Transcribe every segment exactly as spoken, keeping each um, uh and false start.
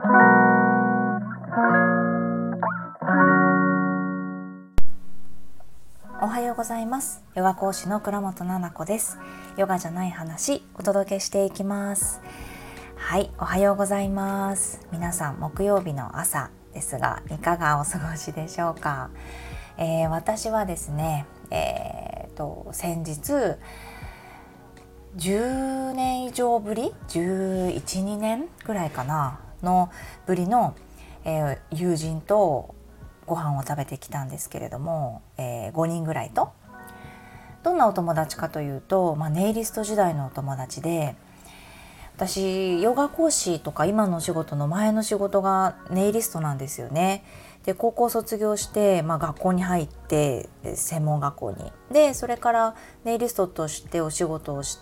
おはようございます。ヨガ講師の倉本々子です。ヨガじゃない話お届けしていきます。はい、おはようございます。皆さん木曜日の朝ですがいかがお過ごしでしょうか。えー、私はですね、えー、と先日じゅうねん以上ぶりじゅういち、にねんくらいかなのぶりの、えー、友人とご飯を食べてきたんですけれども、えー、ごにんぐらいと。どんなお友達かというと、まあ、ネイリスト時代のお友達で、私ヨガ講師とか今の仕事の前の仕事がネイリストなんですよね。で高校卒業して、まあ、学校に入って専門学校にでそれからネイリストとしてお仕事をして、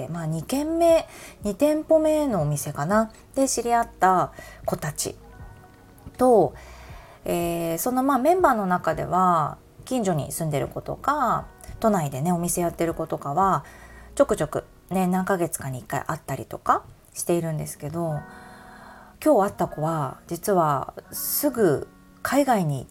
まあ、にけんめに店舗目のお店かなで知り合った子たちと、えー、そのまあメンバーの中では近所に住んでる子とか都内でねお店やってる子とかはちょくちょくね何ヶ月かにいっかい会ったりとかしているんですけど、今日会った子は実はすぐ海外に行って、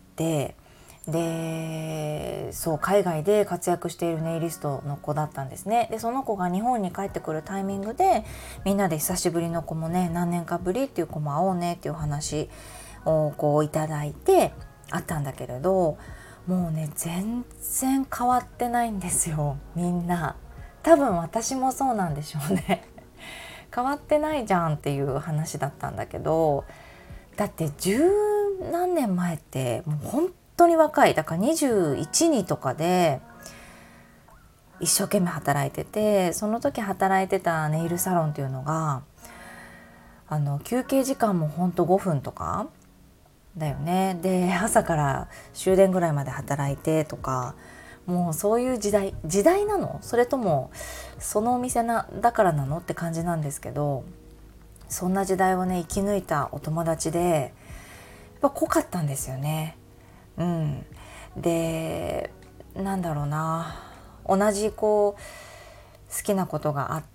でそう海外で活躍しているネイリストの子だったんですね。でその子が日本に帰ってくるタイミングでみんなで久しぶりの子もね何年かぶりっていう子も会おうねっていう話をこういただいて会ったんだけれど、もうね全然変わってないんですよ。みんな多分私もそうなんでしょうね変わってないじゃんっていう話だったんだけど、だって十何年前ってもう本当に若いだからにじゅういち、にとかで一生懸命働いてて、その時働いてたネイルサロンっていうのがあの休憩時間も本当ごふんとかだよね。で朝から終電ぐらいまで働いてとか、もうそういう時代時代なの？それともそのお店なだからなのって感じなんですけど、そんな時代をね生き抜いたお友達でやっぱ濃かったんですよね。うん、でなんだろうな、同じこう好きなことがあって、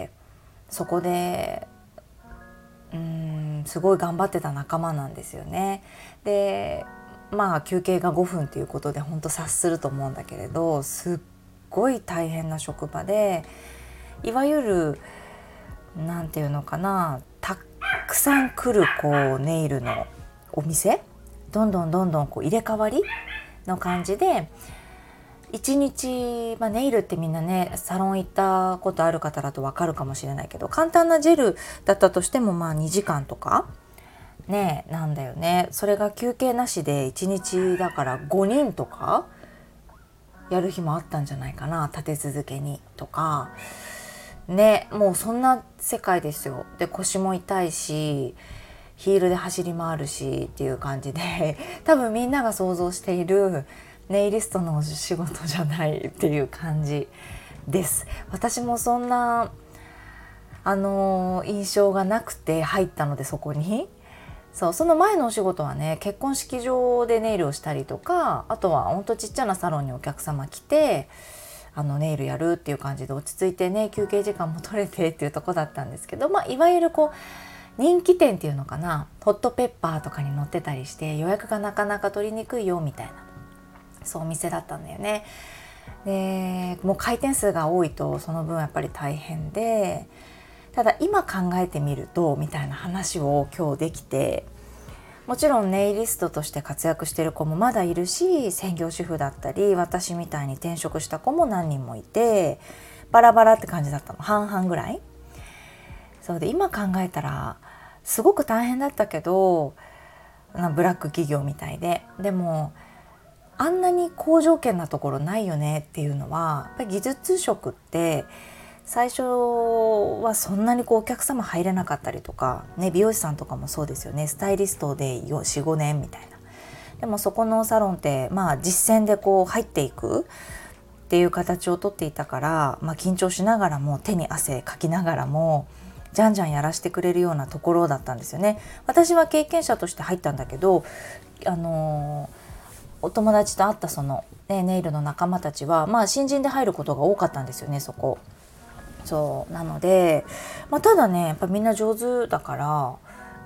そこでうんすごい頑張ってた仲間なんですよね。でまあ休憩がごふんということで本当察すると思うんだけれど、すっごい大変な職場で、いわゆるなんていうのかな、たくさん来るこうネイルのお店どんどんどんどんこう入れ替わりの感じでいちにち、まあ、ネイルってみんなねサロン行ったことある方だと分かるかもしれないけど、簡単なジェルだったとしてもまあにじかんとかねなんだよね。それが休憩なしでいちにちだからごにんとかやる日もあったんじゃないかな、立て続けにとかね、もうそんな世界ですよ。で腰も痛いしヒールで走り回るしっていう感じで、多分みんなが想像しているネイリストの仕事じゃないっていう感じです。私もそんなあの印象がなくて入ったので、そこにそうその前のお仕事はね結婚式場でネイルをしたりとか、あとはほんとちっちゃなサロンにお客様来てあのネイルやるっていう感じで落ち着いてね休憩時間も取れてっていうとこだったんですけど、まあいわゆるこう人気店っていうのかな、ホットペッパーとかに載ってたりして予約がなかなか取りにくいよみたいな、そうお店だったんだよね。でもう回転数が多いとその分やっぱり大変で、ただ今考えてみるとみたいな話を今日できて、もちろんネイリストとして活躍してる子もまだいるし、専業主婦だったり私みたいに転職した子も何人もいて、バラバラって感じだったの、半々ぐらい。そうで今考えたらすごく大変だったけど、ブラック企業みたいで、でもあんなに好条件なところないよねっていうのは、やっぱり技術職って最初はそんなにこうお客様入れなかったりとか、ね、美容師さんとかもそうですよね。スタイリストでよん、ごねんみたいな。でもそこのサロンってまあ実践でこう入っていくっていう形をとっていたから、まあ、緊張しながらも手に汗かきながらもじゃんじゃんやらせてくれるようなところだったんですよね。私は経験者として入ったんだけど、あのーお友達と会ったその、ね、ネイルの仲間たちは、まあ、新人で入ることが多かったんですよね、そこ。そうなので、まあ、ただねやっぱみんな上手だから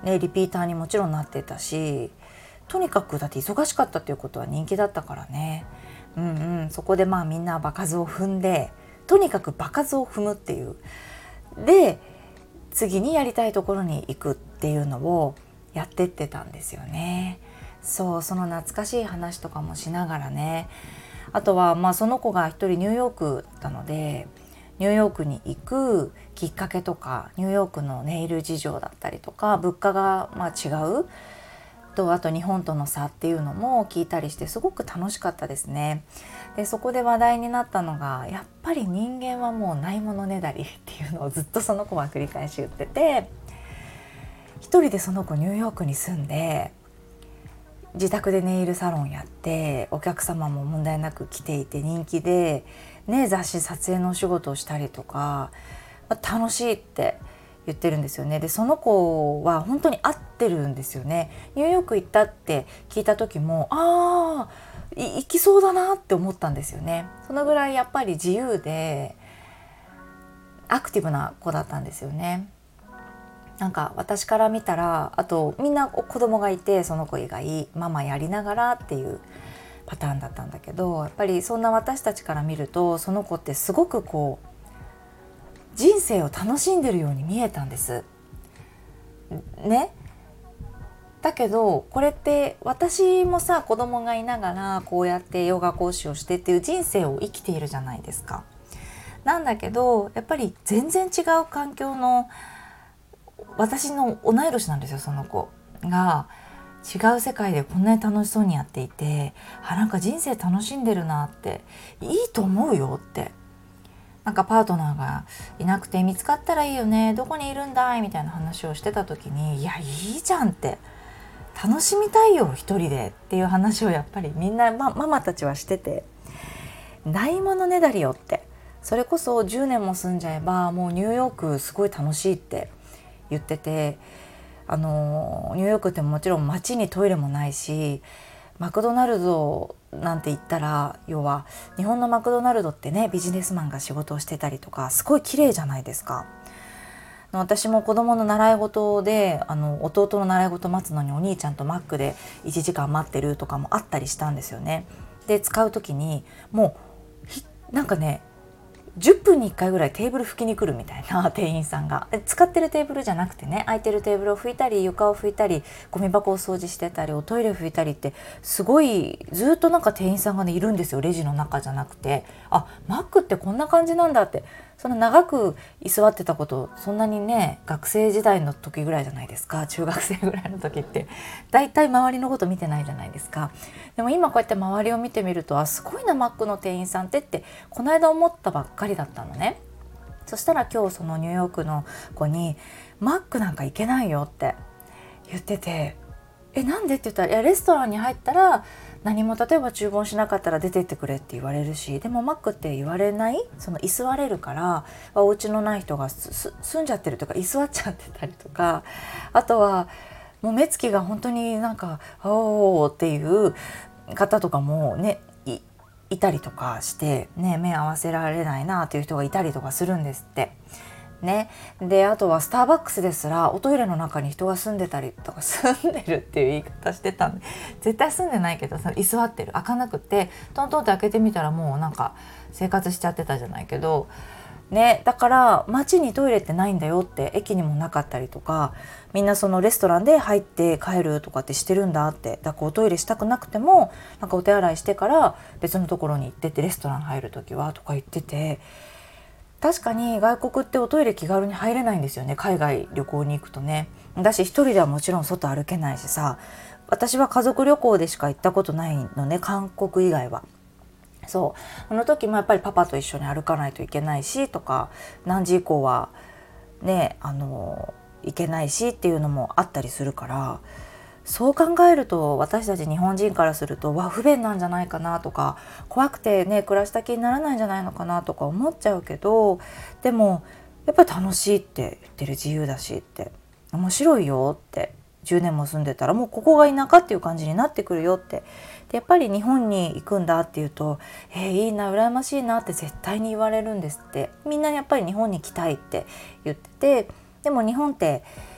ね、リピーターにもちろんなってたし、とにかくだって忙しかったっていうことは人気だったからね。うんうん、そこでまあみんな場数を踏んで、とにかく場数を踏むっていう。で次にやりたいところに行くっていうのをやってってたんですよね。そう、その懐かしい話とかもしながらね。あとはまあその子が一人ニューヨークなので、ニューヨークに行くきっかけとか、ニューヨークのネイル事情だったりとか、物価がまあ違うと、あと日本との差っていうのも聞いたりして、すごく楽しかったですね。でそこで話題になったのが、やっぱり人間はもうないものねだりっていうのをずっとその子は繰り返し言ってて、一人でその子ニューヨークに住んで、自宅でネイルサロンやって、お客様も問題なく来ていて人気で、ね、雑誌撮影のお仕事をしたりとか、楽しいって言ってるんですよね。でその子は本当に合ってるんですよね。ニューヨーク行ったって聞いた時も、ああ行きそうだなって思ったんですよね。そのぐらいやっぱり自由でアクティブな子だったんですよね。なんか私から見たら、あとみんな子供がいて、その子以外ママやりながらっていうパターンだったんだけど、やっぱりそんな私たちから見ると、その子ってすごくこう人生を楽しんでるように見えたんですね。だけどこれって私もさ、子供がいながらこうやってヨガ講師をしてっていう人生を生きているじゃないですか。なんだけどやっぱり全然違う環境の、私の同い年なんですよ、その子が。違う世界でこんなに楽しそうにやっていて、あ、なんか人生楽しんでるなって、いいと思うよって、なんかパートナーがいなくて見つかったらいいよね、どこにいるんだいみたいな話をしてた時に、いやいいじゃんって、楽しみたいよ一人でっていう話をやっぱりみんな、ま、ママたちはしてて、ないものねだりよって、それこそじゅうねんも住んじゃえばもうニューヨークすごい楽しいって言ってて、あのニューヨークってもちろん街にトイレもないし、マクドナルドなんて言ったら、要は日本のマクドナルドってね、ビジネスマンが仕事をしてたりとか、すごい綺麗じゃないですか。私も子供の習い事で、あの弟の習い事待つのにお兄ちゃんとマックでいちじかん待ってるとかもあったりしたんですよね。で使う時にもうなんかね、じゅっぷんにいっかいぐらいテーブル拭きに来るみたいな店員さんが、使ってるテーブルじゃなくてね、空いてるテーブルを拭いたり、床を拭いたり、ゴミ箱を掃除してたり、おトイレ拭いたりって、すごいずっとなんか店員さんがねいるんですよ、レジの中じゃなくて。あ、マックってこんな感じなんだって。その長く居座ってたこと、そんなにね、学生時代の時ぐらいじゃないですか。中学生ぐらいの時ってだいたい周りのこと見てないじゃないですか。でも今こうやって周りを見てみると、あ、すごいなマックの店員さんってってこの間思ったばっかりだったのね。そしたら今日そのニューヨークの子に、マックなんか行けないよって言ってて、え、なんでって言ったら、いやレストランに入ったら何も例えば注文しなかったら出てってくれって言われるし、でもマックって言われない、その居座れるから、お家のない人がす住んじゃってるとか居座っちゃってたりとか、あとはもう目つきが本当になんかおーっていう方とかもね い, いたりとかしてね、目合わせられないなっていう人がいたりとかするんですってね。であとはスターバックスですらおトイレの中に人が住んでたりとか、住んでるっていう言い方してたんで、絶対住んでないけどさ、居座ってる、開かなくてトントンって開けてみたらもうなんか生活しちゃってたじゃないけどね。だから街にトイレってないんだよって、駅にもなかったりとか、みんなそのレストランで入って帰るとかってしてるんだって。だからおトイレしたくなくてもなんかお手洗いしてから別のところに行ってって、レストラン入るときはとか言ってて、確かに外国っておトイレ気軽に入れないんですよね、海外旅行に行くとね。だし一人ではもちろん外歩けないしさ、私は家族旅行でしか行ったことないのね、韓国以外は。そうその時もやっぱりパパと一緒に歩かないといけないしとか、何時以降はねあの行けないしっていうのもあったりするから、そう考えると私たち日本人からすると、わ不便なんじゃないかなとか、怖くてね暮らした気にならないんじゃないのかなとか思っちゃうけど、でもやっぱり楽しいって言ってる、自由だしって、面白いよって、じゅうねんも住んでたらもうここが田舎っていう感じになってくるよって。でやっぱり日本に行くんだっていうと、えー、いいな羨ましいなって絶対に言われるんですって。みんなやっぱり日本に来たいって言ってて、でも日本って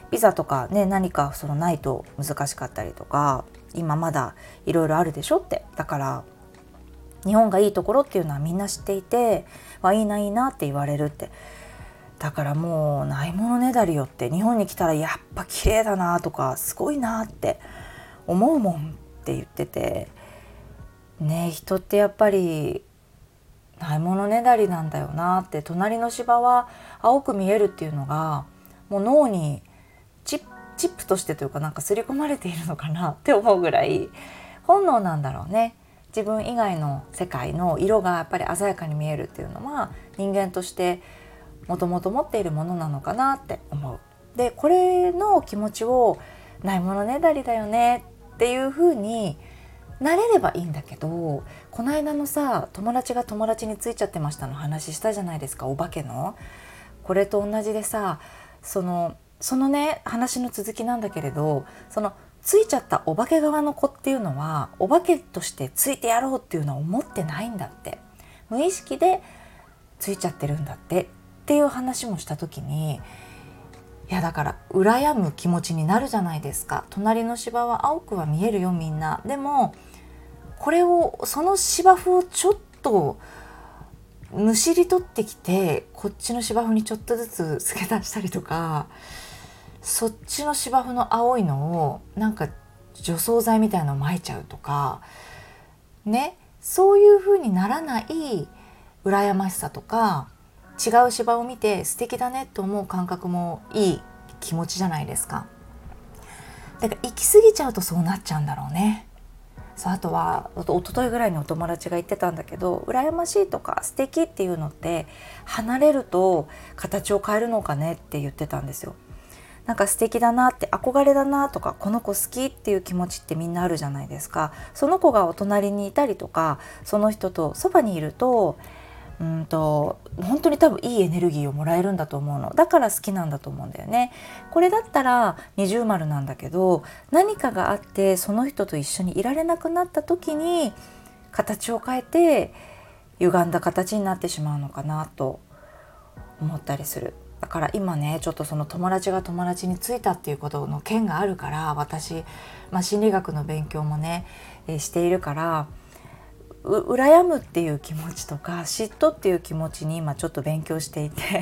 ビザとかね何かそのないと難しかったりとか、今まだいろいろあるでしょって。だから日本がいいところっていうのはみんな知っていて、わいいないいなって言われるって。だからもうないものねだりよって、日本に来たらやっぱ綺麗だなとかすごいなって思うもんって言っててね。人ってやっぱりないものねだりなんだよなって。隣の芝は青く見えるっていうのがもう脳にチップ、チップとしてというかなんか刷り込まれているのかなって思うぐらい本能なんだろうね。自分以外の世界の色がやっぱり鮮やかに見えるっていうのは人間としてもともと持っているものなのかなって思う。でこれの気持ちをないものねだりだよねっていう風になれればいいんだけど、この間のさ友達が友達についちゃってましたの話したじゃないですか、お化けの。これと同じでさ、そのそのね話の続きなんだけれど、そのついちゃったお化け側の子っていうのはお化けとしてついてやろうっていうのは思ってないんだって。無意識でついちゃってるんだってっていう話もした時に、いやだから羨む気持ちになるじゃないですか。隣の芝は青くは見えるよみんな。でもこれをその芝生をちょっとむしり取ってきてこっちの芝生にちょっとずつ付け足したりとか、そっちの芝生の青いのをなんか除草剤みたいなのを撒いちゃうとかね、そういう風にならない羨ましさとか、違う芝を見て素敵だねと思う感覚もいい気持ちじゃないですか。だから行き過ぎちゃうとそうなっちゃうんだろうね。そう、あとは一昨日ぐらいにお友達が言ってたんだけど、羨ましいとか素敵っていうのって離れると形を変えるのかねって言ってたんですよ。なんか素敵だなって憧れだなとかこの子好きっていう気持ちってみんなあるじゃないですか。その子がお隣にいたりとかその人とそばにいるとうんと本当に多分いいエネルギーをもらえるんだと思うの。だから好きなんだと思うんだよね。これだったら二重丸なんだけど、何かがあってその人と一緒にいられなくなった時に形を変えて歪んだ形になってしまうのかなと思ったりする。だから今ねちょっとその友達が友達についたっていうことの件があるから、私、まあ、心理学の勉強もね、えー、しているからう羨むっていう気持ちとか嫉妬っていう気持ちに今ちょっと勉強していて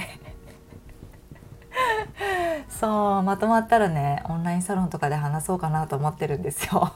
そうまとまったらねオンラインサロンとかで話そうかなと思ってるんですよ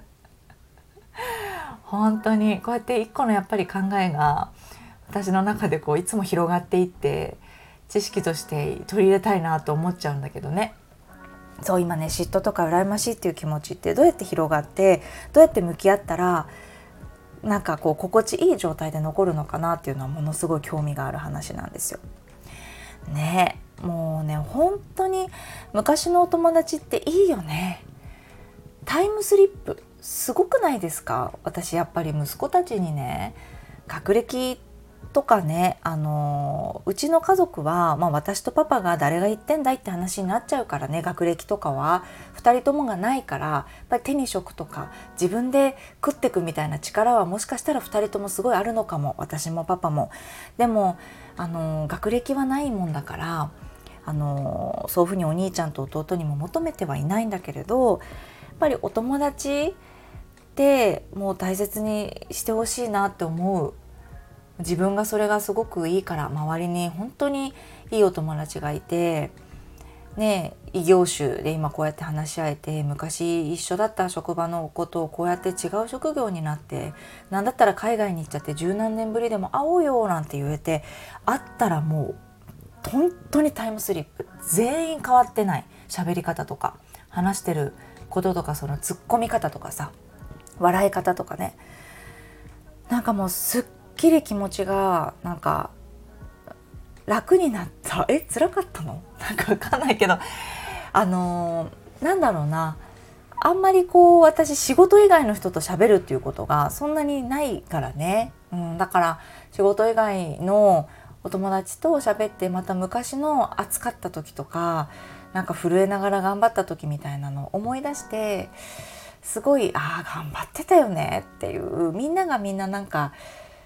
本当にこうやって一個のやっぱり考えが私の中でこういつも広がっていって知識として取り入れたいなと思っちゃうんだけどね。そう今ね嫉妬とか羨ましいっていう気持ちってどうやって広がってどうやって向き合ったらなんかこう心地いい状態で残るのかなっていうのはものすごい興味がある話なんですよ。ねえもうね本当に昔のお友達っていいよね。タイムスリップすごくないですか。私やっぱり息子たちにね学歴とかね、あのうちの家族は、まあ、私とパパが誰が言ってんだいって話になっちゃうからね、学歴とかはふたりともがないから、やっぱり手に職とか自分で食ってくみたいな力はもしかしたらふたりともすごいあるのかも、私もパパも。でもあの学歴はないもんだからあのそういうふうにお兄ちゃんと弟にも求めてはいないんだけれど、やっぱりお友達ってもう大切にしてほしいなって思う。自分がそれがすごくいいから、周りに本当にいいお友達がいてね、異業種で今こうやって話し合えて、昔一緒だった職場のことをこうやって違う職業になって、なんだったら海外に行っちゃって十何年ぶりでも会おうよなんて言えて、会ったらもう本当にタイムスリップ、全員変わってない。喋り方とか話してることとか、その突っ込み方とかさ、笑い方とかね、なんかもうすっきり気持ちがなんか楽になった。え辛かったのなんかわかんないけど、あのー、なんだろうな、あんまりこう私仕事以外の人と喋るっていうことがそんなにないからね、うん、だから仕事以外のお友達と喋って、また昔の暑かった時とかなんか震えながら頑張った時みたいなのを思い出して、すごいああ頑張ってたよねっていう、みんながみんななんか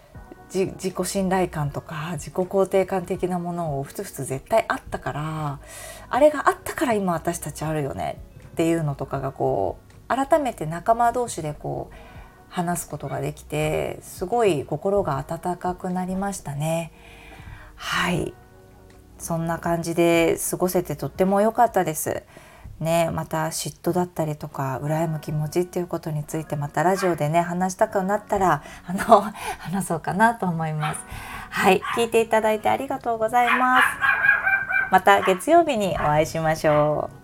自己信頼感とか自己肯定感的なものをふつふつ絶対あったから、あれがあったから今私たちあるよねっていうのとかがこう改めて仲間同士でこう話すことができて、すごい心が温かくなりましたね。はい、そんな感じで過ごせてとっても良かったですね。また嫉妬だったりとか羨む気持ちっていうことについてまたラジオでね話したくなったらあの話そうかなと思います。はい、聞いていただいてありがとうございます。また月曜日にお会いしましょう。